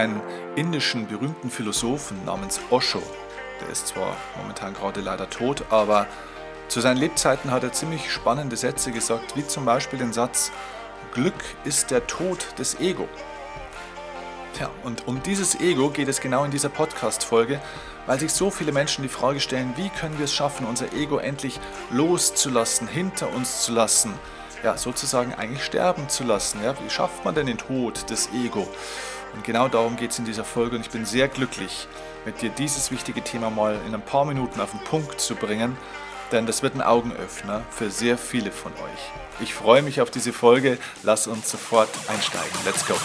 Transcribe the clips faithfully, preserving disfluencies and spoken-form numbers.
einen indischen berühmten Philosophen namens Osho. Der ist zwar momentan gerade leider tot, aber zu seinen Lebzeiten hat er ziemlich spannende Sätze gesagt, wie zum Beispiel den Satz: Glück ist der Tod des Ego. Tja, und um dieses Ego geht es genau in dieser Podcast-Folge, weil sich so viele Menschen die Frage stellen, wie können wir es schaffen, unser Ego endlich loszulassen, hinter uns zu lassen, ja, sozusagen eigentlich sterben zu lassen. Ja, wie schafft man denn den Tod des Ego? Und genau darum geht es in dieser Folge und ich bin sehr glücklich, mit dir dieses wichtige Thema mal in ein paar Minuten auf den Punkt zu bringen, denn das wird ein Augenöffner für sehr viele von euch. Ich freue mich auf diese Folge, lass uns sofort einsteigen. Let's go!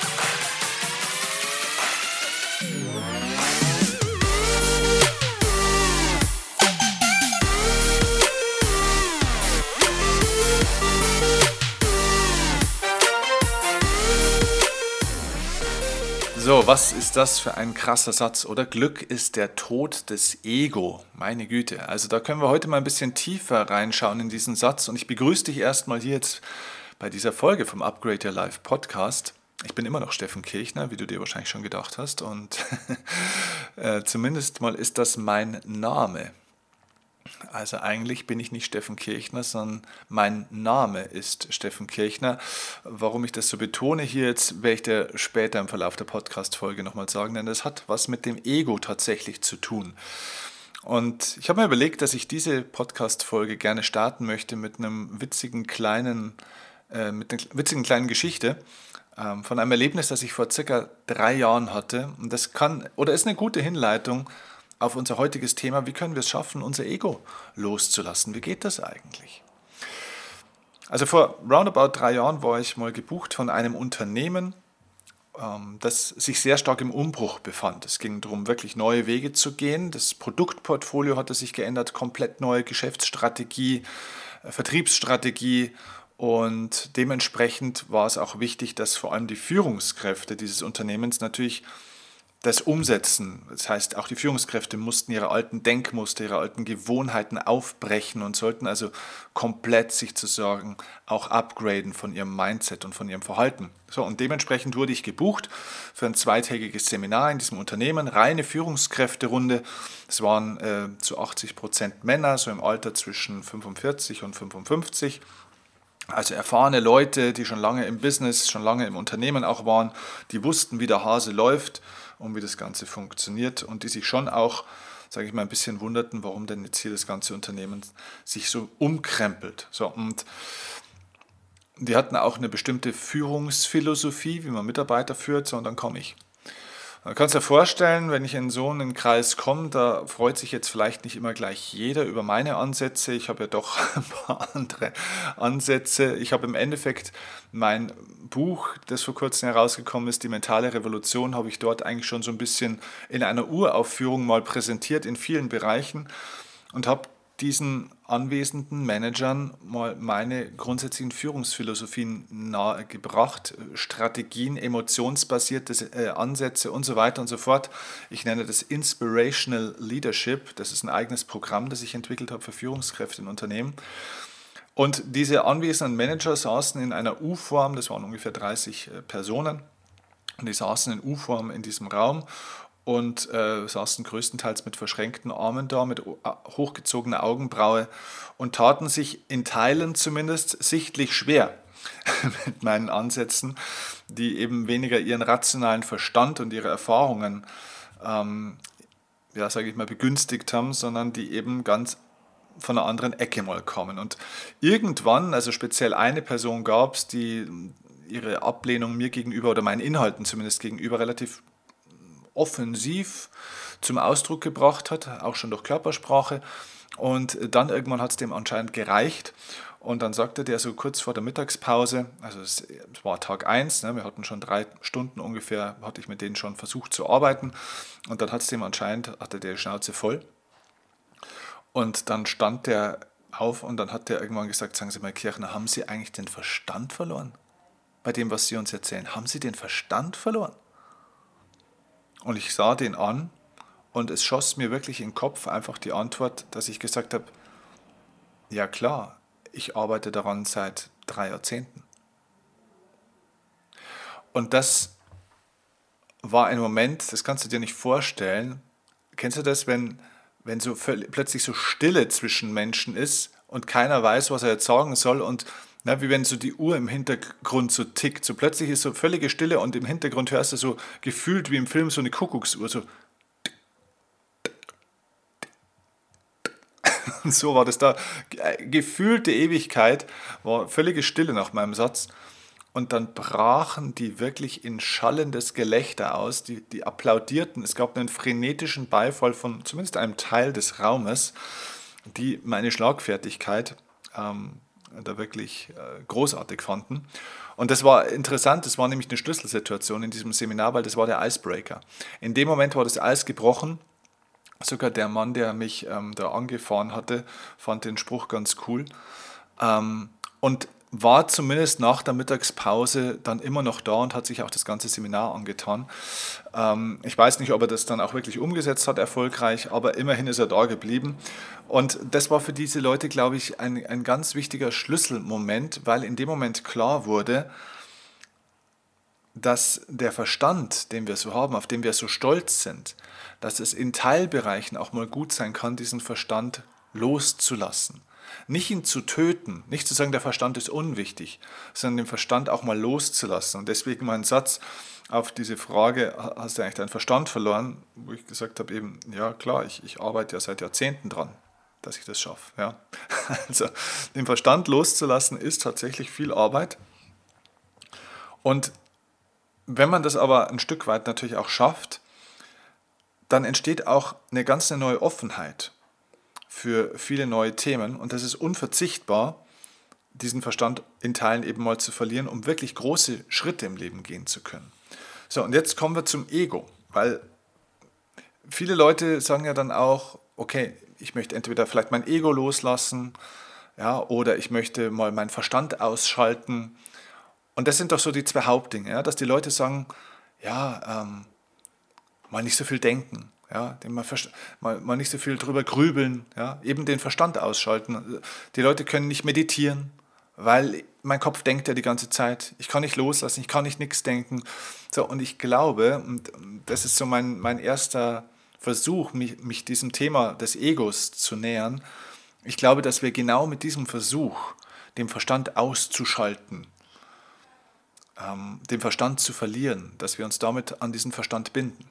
So, was ist das für ein krasser Satz, oder? Glück ist der Tod des Ego. Meine Güte. Also da können wir heute mal ein bisschen tiefer reinschauen in diesen Satz. Und ich begrüße dich erstmal hier jetzt bei dieser Folge vom Upgrade Your Life Podcast. Ich bin immer noch Steffen Kirchner, wie du dir wahrscheinlich schon gedacht hast. Und äh, zumindest mal ist das mein Name. Also eigentlich bin ich nicht Steffen Kirchner, sondern mein Name ist Steffen Kirchner. Warum ich das so betone hier jetzt, werde ich dir später im Verlauf der Podcast-Folge nochmal sagen, denn das hat was mit dem Ego tatsächlich zu tun. Und ich habe mir überlegt, dass ich diese Podcast-Folge gerne starten möchte mit einem witzigen kleinen, äh, mit einer witzigen kleinen Geschichte ähm, von einem Erlebnis, das ich vor circa drei Jahren hatte. Und das kann oder ist eine gute Hinleitung auf unser heutiges Thema: Wie können wir es schaffen, unser Ego loszulassen? Wie geht das eigentlich? Also vor roundabout drei Jahren war ich mal gebucht von einem Unternehmen, das sich sehr stark im Umbruch befand. Es ging darum, wirklich neue Wege zu gehen. Das Produktportfolio hatte sich geändert, komplett neue Geschäftsstrategie, Vertriebsstrategie, und dementsprechend war es auch wichtig, dass vor allem die Führungskräfte dieses Unternehmens natürlich das umsetzen. Das heißt, auch die Führungskräfte mussten ihre alten Denkmuster, ihre alten Gewohnheiten aufbrechen und sollten also komplett sich sozusagen auch upgraden von ihrem Mindset und von ihrem Verhalten. So, und dementsprechend wurde ich gebucht für ein zweitägiges Seminar in diesem Unternehmen, reine Führungskräfterunde. Es waren äh, zu achtzig Prozent Männer, so im Alter zwischen fünfundvierzig und fünfundfünfzig. Also erfahrene Leute, die schon lange im Business, schon lange im Unternehmen auch waren, die wussten, wie der Hase läuft und wie das Ganze funktioniert und die sich schon auch, sage ich mal, ein bisschen wunderten, warum denn jetzt hier das ganze Unternehmen sich so umkrempelt. So, und die hatten auch eine bestimmte Führungsphilosophie, wie man Mitarbeiter führt, so, und dann komme ich. Man kann es dir vorstellen, wenn ich in so einen Kreis komme, da freut sich jetzt vielleicht nicht immer gleich jeder über meine Ansätze. Ich habe ja doch ein paar andere Ansätze. Ich habe im Endeffekt mein Buch, das vor kurzem herausgekommen ist, Die mentale Revolution, habe ich dort eigentlich schon so ein bisschen in einer Uraufführung mal präsentiert in vielen Bereichen und habe diesen anwesenden Managern mal meine grundsätzlichen Führungsphilosophien nahegebracht, Strategien, emotionsbasierte äh, Ansätze und so weiter und so fort. Ich nenne das Inspirational Leadership. Das ist ein eigenes Programm, das ich entwickelt habe für Führungskräfte in Unternehmen. Und diese anwesenden Manager saßen in einer U-Form, das waren ungefähr dreißig Personen, und die saßen in U-Form in diesem Raum und äh, saßen größtenteils mit verschränkten Armen da, mit hochgezogener Augenbraue und taten sich in Teilen zumindest sichtlich schwer mit meinen Ansätzen, die eben weniger ihren rationalen Verstand und ihre Erfahrungen, ähm, ja, sage ich mal, begünstigt haben, sondern die eben ganz von einer anderen Ecke mal kommen. Und irgendwann, also speziell eine Person gab es, die ihre Ablehnung mir gegenüber oder meinen Inhalten zumindest gegenüber relativ offensiv zum Ausdruck gebracht hat, auch schon durch Körpersprache. Und dann irgendwann hat es dem anscheinend gereicht. Und dann sagte der so kurz vor der Mittagspause, also es war Tag eins, ne, wir hatten schon drei Stunden ungefähr, hatte ich mit denen schon versucht zu arbeiten. Und dann hat es dem anscheinend, hatte der Schnauze voll. Und dann stand der auf und dann hat der irgendwann gesagt: Sagen Sie mal, Kirchner, haben Sie eigentlich den Verstand verloren? Bei dem, was Sie uns erzählen, haben Sie den Verstand verloren? Und ich sah den an und es schoss mir wirklich in den Kopf einfach die Antwort, dass ich gesagt habe: Ja klar, ich arbeite daran seit drei Jahrzehnten. Und das war ein Moment, das kannst du dir nicht vorstellen. Kennst du das, wenn, wenn so völ- plötzlich so Stille zwischen Menschen ist und keiner weiß, was er jetzt sagen soll und na, wie wenn so die Uhr im Hintergrund so tickt. So plötzlich ist so völlige Stille und im Hintergrund hörst du so gefühlt wie im Film so eine Kuckucksuhr. So, und so war das da. Gefühlte Ewigkeit war völlige Stille nach meinem Satz. Und dann brachen die wirklich in schallendes Gelächter aus, die, die applaudierten. Es gab einen frenetischen Beifall von zumindest einem Teil des Raumes, die meine Schlagfertigkeit ähm, da wirklich äh, großartig fanden. Und das war interessant, das war nämlich eine Schlüsselsituation in diesem Seminar, weil das war der Icebreaker. In dem Moment war das Eis gebrochen. Sogar der Mann, der mich ähm, da angefahren hatte, fand den Spruch ganz cool. Ähm, und war zumindest nach der Mittagspause dann immer noch da und hat sich auch das ganze Seminar angetan. Ähm, ich weiß nicht, ob er das dann auch wirklich umgesetzt hat, erfolgreich, aber immerhin ist er da geblieben. Und das war für diese Leute, glaube ich, ein, ein ganz wichtiger Schlüsselmoment, weil in dem Moment klar wurde, dass der Verstand, den wir so haben, auf den wir so stolz sind, dass es in Teilbereichen auch mal gut sein kann, diesen Verstand loszulassen. Nicht ihn zu töten, nicht zu sagen, der Verstand ist unwichtig, sondern den Verstand auch mal loszulassen. Und deswegen mein Satz auf diese Frage, hast du eigentlich deinen Verstand verloren, wo ich gesagt habe, eben, ja klar, ich, ich arbeite ja seit Jahrzehnten dran, dass ich das schaffe. Ja. Also den Verstand loszulassen ist tatsächlich viel Arbeit. Und wenn man das aber ein Stück weit natürlich auch schafft, dann entsteht auch eine ganz neue Offenheit für viele neue Themen und das ist unverzichtbar, diesen Verstand in Teilen eben mal zu verlieren, um wirklich große Schritte im Leben gehen zu können. So, und jetzt kommen wir zum Ego, weil viele Leute sagen ja dann auch, okay, ich möchte entweder vielleicht mein Ego loslassen, ja, oder ich möchte mal meinen Verstand ausschalten. Und das sind doch so die zwei Hauptdinge, ja, dass die Leute sagen, ja, ähm, mal nicht so viel denken, ja, mal, mal, mal nicht so viel drüber grübeln, ja, eben den Verstand ausschalten. Die Leute können nicht meditieren, weil mein Kopf denkt ja die ganze Zeit. Ich kann nicht loslassen, ich kann nicht nichts denken. So, und ich glaube, und das ist so mein, mein erster Versuch, mich, mich diesem Thema des Egos zu nähern. Ich glaube, dass wir genau mit diesem Versuch, den Verstand auszuschalten, ähm, den Verstand zu verlieren, dass wir uns damit an diesen Verstand binden.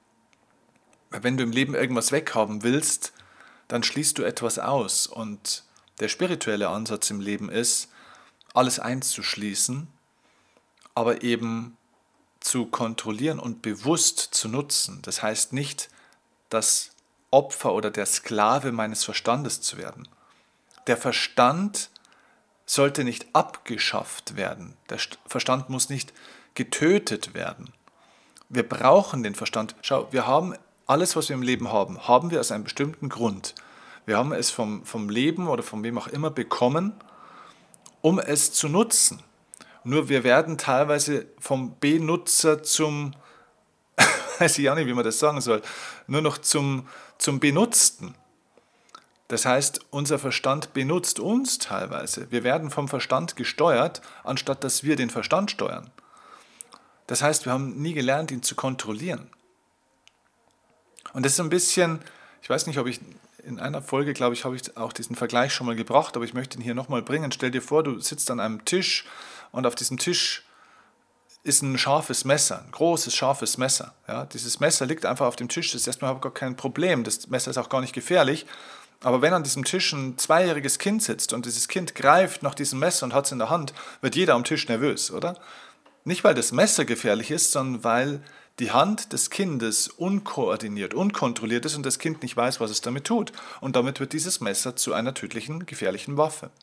Wenn du im Leben irgendwas weghaben willst, dann schließt du etwas aus. Und der spirituelle Ansatz im Leben ist, alles einzuschließen, aber eben zu kontrollieren und bewusst zu nutzen. Das heißt nicht, das Opfer oder der Sklave meines Verstandes zu werden. Der Verstand sollte nicht abgeschafft werden. Der Verstand muss nicht getötet werden. Wir brauchen den Verstand. Schau, wir haben alles, was wir im Leben haben, haben wir aus einem bestimmten Grund. Wir haben es vom, vom Leben oder von wem auch immer bekommen, um es zu nutzen. Nur wir werden teilweise vom Benutzer zum, weiß ich auch nicht, wie man das sagen soll, nur noch zum, zum Benutzten. Das heißt, unser Verstand benutzt uns teilweise. Wir werden vom Verstand gesteuert, anstatt dass wir den Verstand steuern. Das heißt, wir haben nie gelernt, ihn zu kontrollieren. Und das ist ein bisschen, ich weiß nicht, ob ich in einer Folge, glaube ich, habe ich auch diesen Vergleich schon mal gebracht, aber ich möchte ihn hier nochmal bringen. Stell dir vor, du sitzt an einem Tisch und auf diesem Tisch ist ein scharfes Messer, ein großes, scharfes Messer. Ja, dieses Messer liegt einfach auf dem Tisch, das ist erstmal gar kein Problem, das Messer ist auch gar nicht gefährlich. Aber wenn an diesem Tisch ein zweijähriges Kind sitzt und dieses Kind greift nach diesem Messer und hat es in der Hand, wird jeder am Tisch nervös, oder? Nicht, weil das Messer gefährlich ist, sondern weil die Hand des Kindes unkoordiniert, unkontrolliert ist und das Kind nicht weiß, was es damit tut. Und damit wird dieses Messer zu einer tödlichen, gefährlichen Waffe.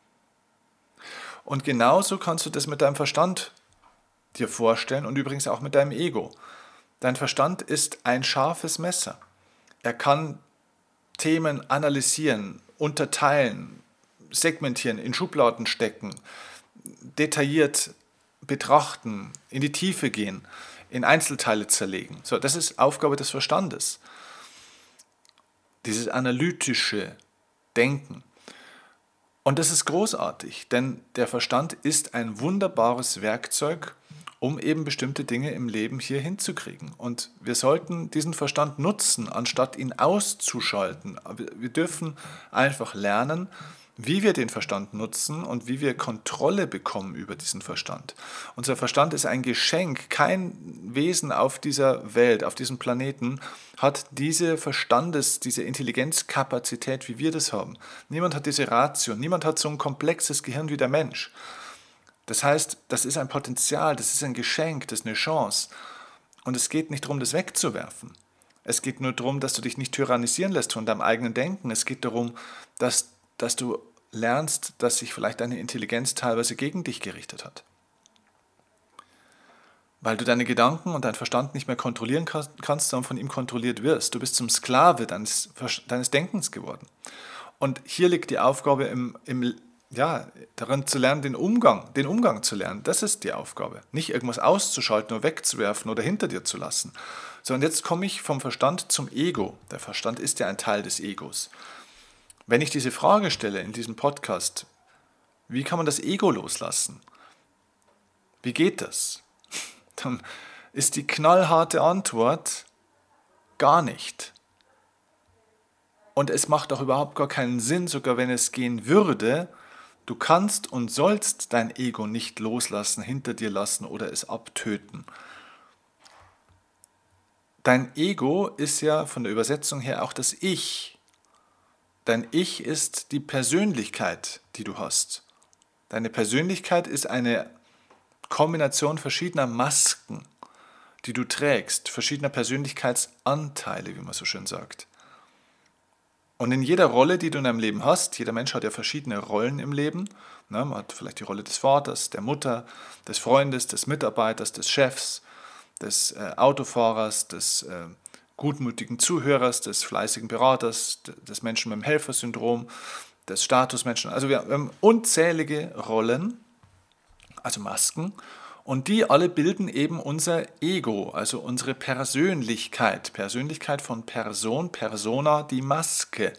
Und genauso kannst du das mit deinem Verstand dir vorstellen und übrigens auch mit deinem Ego. Dein Verstand ist ein scharfes Messer. Er kann Themen analysieren, unterteilen, segmentieren, in Schubladen stecken, detailliert betrachten, in die Tiefe gehen, in Einzelteile zerlegen. So, das ist Aufgabe des Verstandes. Dieses analytische Denken. Und das ist großartig, denn der Verstand ist ein wunderbares Werkzeug, um eben bestimmte Dinge im Leben hier hinzukriegen. Und wir sollten diesen Verstand nutzen, anstatt ihn auszuschalten. Wir dürfen einfach lernen, wie wir den Verstand nutzen und wie wir Kontrolle bekommen über diesen Verstand. Unser Verstand ist ein Geschenk. Kein Wesen auf dieser Welt, auf diesem Planeten hat diese Verstandes-, diese Intelligenzkapazität, wie wir das haben. Niemand hat diese Ratio, niemand hat so ein komplexes Gehirn wie der Mensch. Das heißt, das ist ein Potenzial, das ist ein Geschenk, das ist eine Chance. Und es geht nicht darum, das wegzuwerfen. Es geht nur darum, dass du dich nicht tyrannisieren lässt von deinem eigenen Denken. Es geht darum, dass, dass du lernst, dass sich vielleicht deine Intelligenz teilweise gegen dich gerichtet hat. Weil du deine Gedanken und deinen Verstand nicht mehr kontrollieren kannst, sondern von ihm kontrolliert wirst. Du bist zum Sklave deines, deines Denkens geworden. Und hier liegt die Aufgabe, im, im, ja, darin zu lernen, den Umgang, den Umgang zu lernen. Das ist die Aufgabe. Nicht irgendwas auszuschalten oder wegzuwerfen oder hinter dir zu lassen. So, und jetzt komme ich vom Verstand zum Ego. Der Verstand ist ja ein Teil des Egos. Wenn ich diese Frage stelle in diesem Podcast, wie kann man das Ego loslassen? Wie geht das? Dann ist die knallharte Antwort gar nicht. Und es macht auch überhaupt gar keinen Sinn, sogar wenn es gehen würde. Du kannst und sollst dein Ego nicht loslassen, hinter dir lassen oder es abtöten. Dein Ego ist ja von der Übersetzung her auch das Ich. Dein Ich ist die Persönlichkeit, die du hast. Deine Persönlichkeit ist eine Kombination verschiedener Masken, die du trägst, verschiedener Persönlichkeitsanteile, wie man so schön sagt. Und in jeder Rolle, die du in deinem Leben hast, jeder Mensch hat ja verschiedene Rollen im Leben. Man hat vielleicht die Rolle des Vaters, der Mutter, des Freundes, des Mitarbeiters, des Chefs, des Autofahrers, des gutmütigen Zuhörers, des fleißigen Beraters, des Menschen mit dem Helfersyndrom, des Statusmenschen. Also wir haben unzählige Rollen, also Masken, und die alle bilden eben unser Ego, also unsere Persönlichkeit. Persönlichkeit von Person, Persona, die Maske.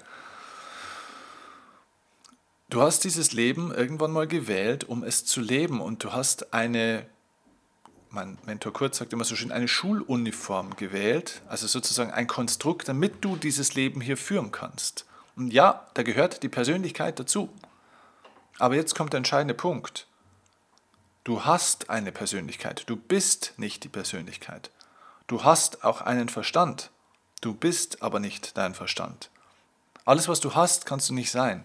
Du hast dieses Leben irgendwann mal gewählt, um es zu leben, und du hast eine, mein Mentor Kurt sagt immer so schön, eine Schuluniform gewählt, also sozusagen ein Konstrukt, damit du dieses Leben hier führen kannst. Und ja, da gehört die Persönlichkeit dazu. Aber jetzt kommt der entscheidende Punkt. Du hast eine Persönlichkeit, du bist nicht die Persönlichkeit. Du hast auch einen Verstand, du bist aber nicht dein Verstand. Alles, was du hast, kannst du nicht sein.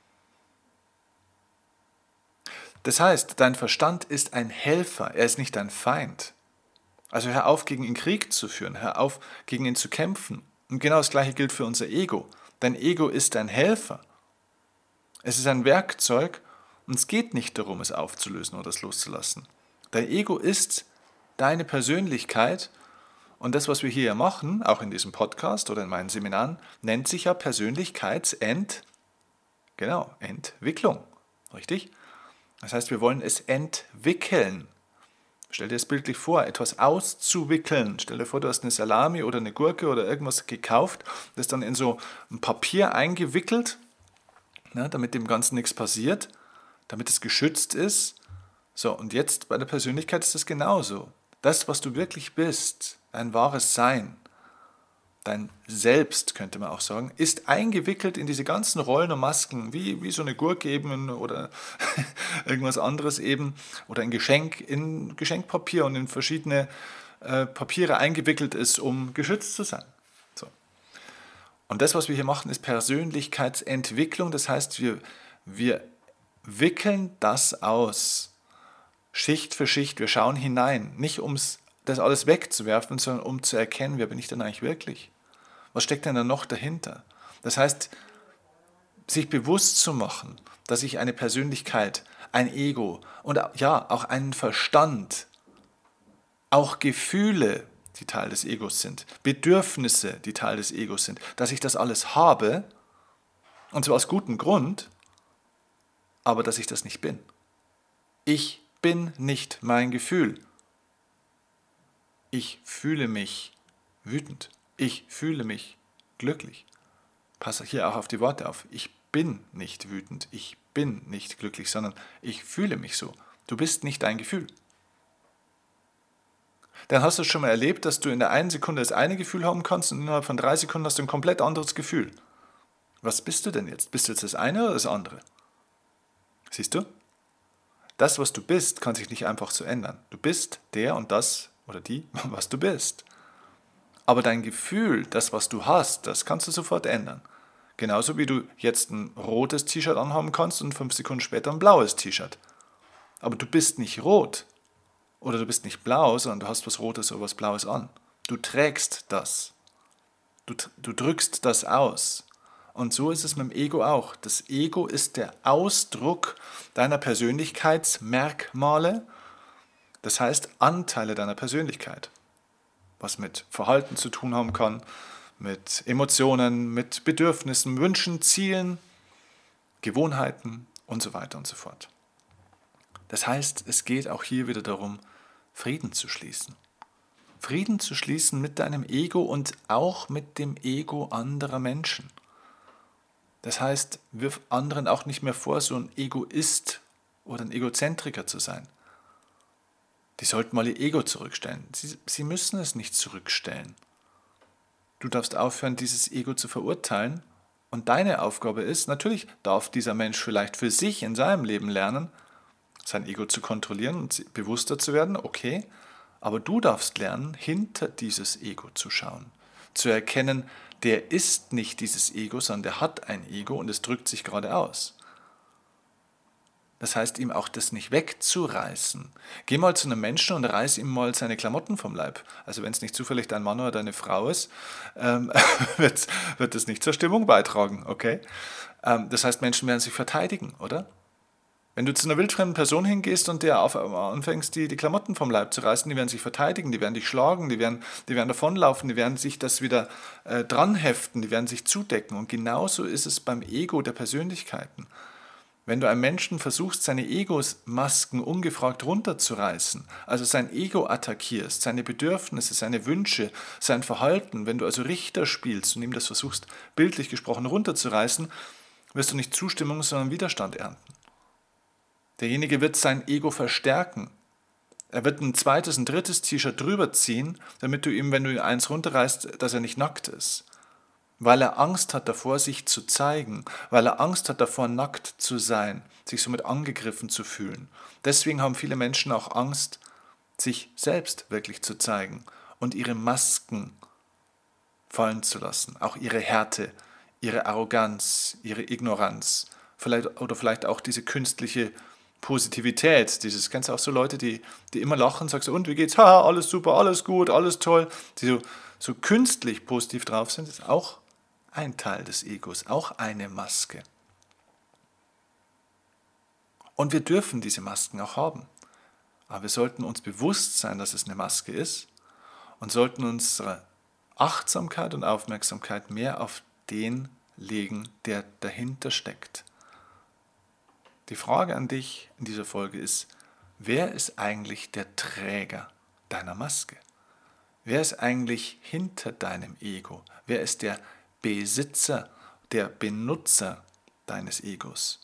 Das heißt, dein Verstand ist ein Helfer, er ist nicht dein Feind. Also hör auf, gegen ihn Krieg zu führen, hör auf, gegen ihn zu kämpfen. Und genau das Gleiche gilt für unser Ego. Dein Ego ist dein Helfer. Es ist ein Werkzeug und es geht nicht darum, es aufzulösen oder es loszulassen. Dein Ego ist deine Persönlichkeit und das, was wir hier machen, auch in diesem Podcast oder in meinen Seminaren, nennt sich ja Persönlichkeitsent, genau, Entwicklung, richtig? Das heißt, wir wollen es entwickeln. Stell dir das bildlich vor, etwas auszuwickeln. Stell dir vor, du hast eine Salami oder eine Gurke oder irgendwas gekauft, das dann in so ein Papier eingewickelt, ne, damit dem Ganzen nichts passiert, damit es geschützt ist. So, und jetzt bei der Persönlichkeit ist es genauso. Das, was du wirklich bist, dein wahres Sein, dein Selbst, könnte man auch sagen, ist eingewickelt in diese ganzen Rollen und Masken, wie, wie so eine Gurke eben oder irgendwas anderes eben, oder ein Geschenk in Geschenkpapier und in verschiedene äh, Papiere eingewickelt ist, um geschützt zu sein. So. Und das, was wir hier machen, ist Persönlichkeitsentwicklung. Das heißt, wir, wir wickeln das aus, Schicht für Schicht. Wir schauen hinein, nicht um das alles wegzuwerfen, sondern um zu erkennen, wer bin ich denn eigentlich wirklich? Was steckt denn da noch dahinter? Das heißt, sich bewusst zu machen, dass ich eine Persönlichkeit, ein Ego und ja, auch einen Verstand, auch Gefühle, die Teil des Egos sind, Bedürfnisse, die Teil des Egos sind, dass ich das alles habe, und zwar aus gutem Grund, aber dass ich das nicht bin. Ich bin nicht mein Gefühl. Ich fühle mich wütend. Ich fühle mich glücklich. Passe hier auch auf die Worte auf. Ich bin nicht wütend. Ich bin nicht glücklich, sondern ich fühle mich so. Du bist nicht dein Gefühl. Dann hast du schon mal erlebt, dass du in der einen Sekunde das eine Gefühl haben kannst und innerhalb von drei Sekunden hast du ein komplett anderes Gefühl. Was bist du denn jetzt? Bist du jetzt das eine oder das andere? Siehst du? Das, was du bist, kann sich nicht einfach so ändern. Du bist der und das oder die, was du bist. Aber dein Gefühl, das, was du hast, das kannst du sofort ändern. Genauso wie du jetzt ein rotes T-Shirt anhaben kannst und fünf Sekunden später ein blaues T-Shirt. Aber du bist nicht rot oder du bist nicht blau, sondern du hast was Rotes oder was Blaues an. Du trägst das. Du, du drückst das aus. Und so ist es mit dem Ego auch. Das Ego ist der Ausdruck deiner Persönlichkeitsmerkmale, das heißt Anteile deiner Persönlichkeit, was mit Verhalten zu tun haben kann, mit Emotionen, mit Bedürfnissen, Wünschen, Zielen, Gewohnheiten und so weiter und so fort. Das heißt, es geht auch hier wieder darum, Frieden zu schließen. Frieden zu schließen mit deinem Ego und auch mit dem Ego anderer Menschen. Das heißt, wirf anderen auch nicht mehr vor, so ein Egoist oder ein Egozentriker zu sein. Die sollten mal ihr Ego zurückstellen. Sie, sie müssen es nicht zurückstellen. Du darfst aufhören, dieses Ego zu verurteilen. Und deine Aufgabe ist, natürlich darf dieser Mensch vielleicht für sich in seinem Leben lernen, sein Ego zu kontrollieren und bewusster zu werden, okay, aber du darfst lernen, hinter dieses Ego zu schauen, zu erkennen, der ist nicht dieses Ego, sondern der hat ein Ego und es drückt sich gerade aus. Das heißt, ihm auch das nicht wegzureißen. Geh mal zu einem Menschen und reiß ihm mal seine Klamotten vom Leib. Also wenn es nicht zufällig dein Mann oder deine Frau ist, ähm, wird, wird das nicht zur Stimmung beitragen, okay? Ähm, das heißt, Menschen werden sich verteidigen, oder? Wenn du zu einer wildfremden Person hingehst und dir auf, anfängst, die, die Klamotten vom Leib zu reißen, die werden sich verteidigen, die werden dich schlagen, die werden, die werden davonlaufen, die werden sich das wieder äh, dranheften, die werden sich zudecken. Und genauso ist es beim Ego der Persönlichkeiten. Wenn du einem Menschen versuchst, seine Egos-Masken ungefragt runterzureißen, also sein Ego attackierst, seine Bedürfnisse, seine Wünsche, sein Verhalten, wenn du also Richter spielst und ihm das versuchst, bildlich gesprochen runterzureißen, wirst du nicht Zustimmung, sondern Widerstand ernten. Derjenige wird sein Ego verstärken. Er wird ein zweites, ein drittes T-Shirt drüber ziehen, damit du ihm, wenn du ihm eins runterreißt, dass er nicht nackt ist. Weil er Angst hat davor, sich zu zeigen, weil er Angst hat davor, nackt zu sein, sich somit angegriffen zu fühlen. Deswegen haben viele Menschen auch Angst, sich selbst wirklich zu zeigen und ihre Masken fallen zu lassen, auch ihre Härte, ihre Arroganz, ihre Ignoranz, vielleicht, oder vielleicht auch diese künstliche Positivität, dieses, kennst du auch so Leute, die, die immer lachen, sagst du, und wie geht's? Ha, alles super, alles gut, alles toll, die so, so künstlich positiv drauf sind, ist auch ein Teil des Egos, auch eine Maske. Und wir dürfen diese Masken auch haben. Aber wir sollten uns bewusst sein, dass es eine Maske ist und sollten unsere Achtsamkeit und Aufmerksamkeit mehr auf den legen, der dahinter steckt. Die Frage an dich in dieser Folge ist, wer ist eigentlich der Träger deiner Maske? Wer ist eigentlich hinter deinem Ego? Wer ist der Besitzer, der Benutzer deines Egos?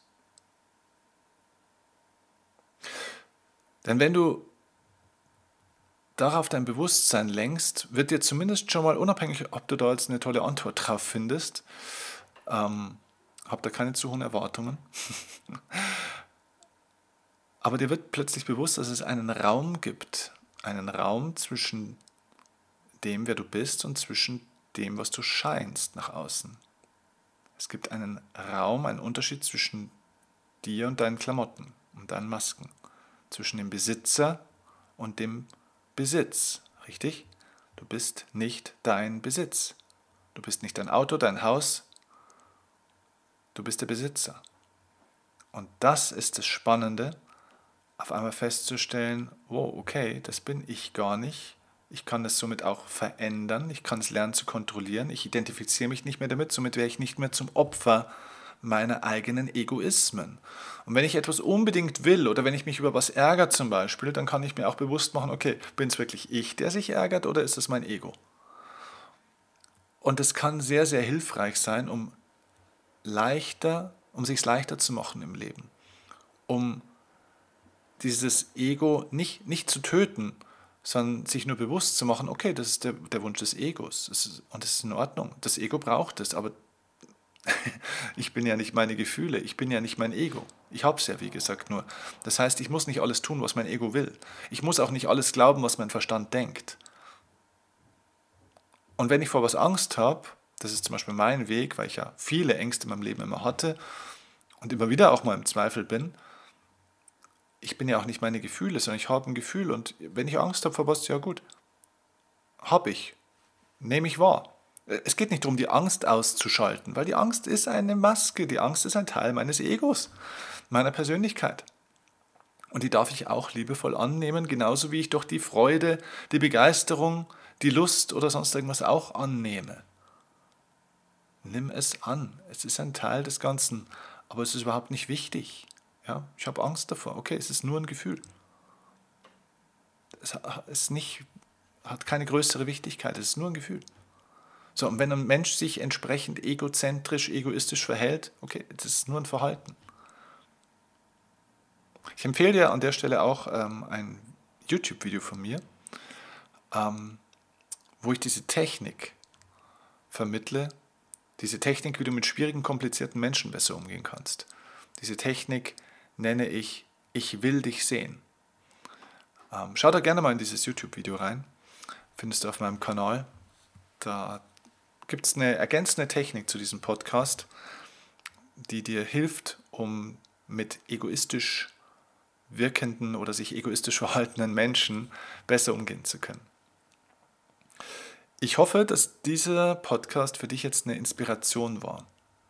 Denn wenn du darauf dein Bewusstsein lenkst, wird dir zumindest schon mal, unabhängig, ob du da jetzt eine tolle Antwort drauf findest, ähm, hab da keine zu hohen Erwartungen, aber dir wird plötzlich bewusst, dass es einen Raum gibt, einen Raum zwischen dem, wer du bist und zwischen dem, was du scheinst nach außen. Es gibt einen Raum, einen Unterschied zwischen dir und deinen Klamotten und deinen Masken, zwischen dem Besitzer und dem Besitz, richtig? Du bist nicht dein Besitz. Du bist nicht dein Auto, dein Haus. Du bist der Besitzer. Und das ist das Spannende, auf einmal festzustellen, oh, okay, das bin ich gar nicht. Ich kann es somit auch verändern. Ich kann es lernen zu kontrollieren. Ich identifiziere mich nicht mehr damit. Somit wäre ich nicht mehr zum Opfer meiner eigenen Egoismen. Und wenn ich etwas unbedingt will oder wenn ich mich über was ärgere zum Beispiel, dann kann ich mir auch bewusst machen, okay, bin es wirklich ich, der sich ärgert oder ist es mein Ego? Und es kann sehr, sehr hilfreich sein, um leichter, um sich leichter zu machen im Leben. Um dieses Ego nicht, nicht zu töten, sondern sich nur bewusst zu machen, okay, das ist der, der Wunsch des Egos. Das ist, und das ist in Ordnung. Das Ego braucht es, aber ich bin ja nicht meine Gefühle, ich bin ja nicht mein Ego. Ich habe es ja, wie gesagt, nur. Das heißt, ich muss nicht alles tun, was mein Ego will. Ich muss auch nicht alles glauben, was mein Verstand denkt. Und wenn ich vor was Angst habe, das ist zum Beispiel mein Weg, weil ich ja viele Ängste in meinem Leben immer hatte und immer wieder auch mal im Zweifel bin, ich bin ja auch nicht meine Gefühle, sondern ich habe ein Gefühl und wenn ich Angst habe vor was, ja gut, habe ich, nehme ich wahr. Es geht nicht darum, die Angst auszuschalten, weil die Angst ist eine Maske, die Angst ist ein Teil meines Egos, meiner Persönlichkeit. Und die darf ich auch liebevoll annehmen, genauso wie ich doch die Freude, die Begeisterung, die Lust oder sonst irgendwas auch annehme. Nimm es an, es ist ein Teil des Ganzen, aber es ist überhaupt nicht wichtig. Ja, ich habe Angst davor, okay, es ist nur ein Gefühl. Es ist nicht, hat keine größere Wichtigkeit, es ist nur ein Gefühl. So, und wenn ein Mensch sich entsprechend egozentrisch, egoistisch verhält, okay, das ist nur ein Verhalten. Ich empfehle dir an der Stelle auch ähm, ein YouTube-Video von mir, ähm, wo ich diese Technik vermittle, diese Technik, wie du mit schwierigen, komplizierten Menschen besser umgehen kannst. Diese Technik nenne ich Ich will dich sehen. Ähm, schau da gerne mal in dieses YouTube-Video rein, findest du auf meinem Kanal. Da gibt es eine ergänzende Technik zu diesem Podcast, die dir hilft, um mit egoistisch wirkenden oder sich egoistisch verhaltenen Menschen besser umgehen zu können. Ich hoffe, dass dieser Podcast für dich jetzt eine Inspiration war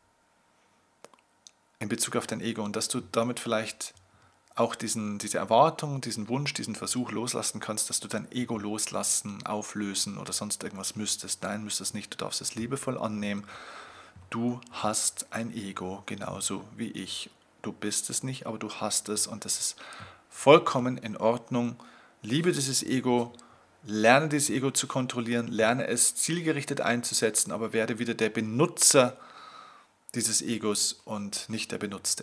in Bezug auf dein Ego und dass du damit vielleicht auch diesen, diese Erwartung, diesen Wunsch, diesen Versuch loslassen kannst, dass du dein Ego loslassen, auflösen oder sonst irgendwas müsstest. Nein, müsstest nicht, du darfst es liebevoll annehmen. Du hast ein Ego, genauso wie ich. Du bist es nicht, aber du hast es und das ist vollkommen in Ordnung. Liebe dieses Ego, lerne dieses Ego zu kontrollieren, lerne es zielgerichtet einzusetzen, aber werde wieder der Benutzer dieses Egos und nicht der Benutzte.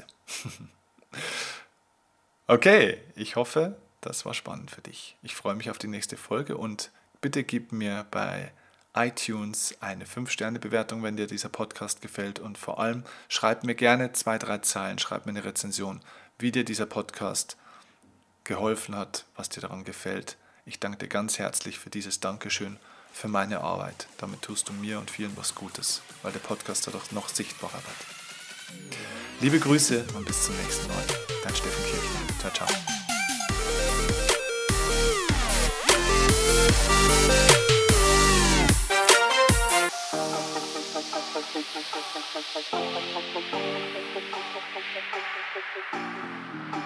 Okay, ich hoffe, das war spannend für dich. Ich freue mich auf die nächste Folge und bitte gib mir bei iTunes eine fünf Sterne Bewertung, wenn dir dieser Podcast gefällt und vor allem schreib mir gerne zwei, drei Zeilen, schreib mir eine Rezension, wie dir dieser Podcast geholfen hat, was dir daran gefällt. Ich danke dir ganz herzlich für dieses Dankeschön, für meine Arbeit. Damit tust du mir und vielen was Gutes, weil der Podcast dadurch noch sichtbarer wird. Liebe Grüße und bis zum nächsten Mal. Dein Steffen Kirchner. Ciao, ciao. Thank you.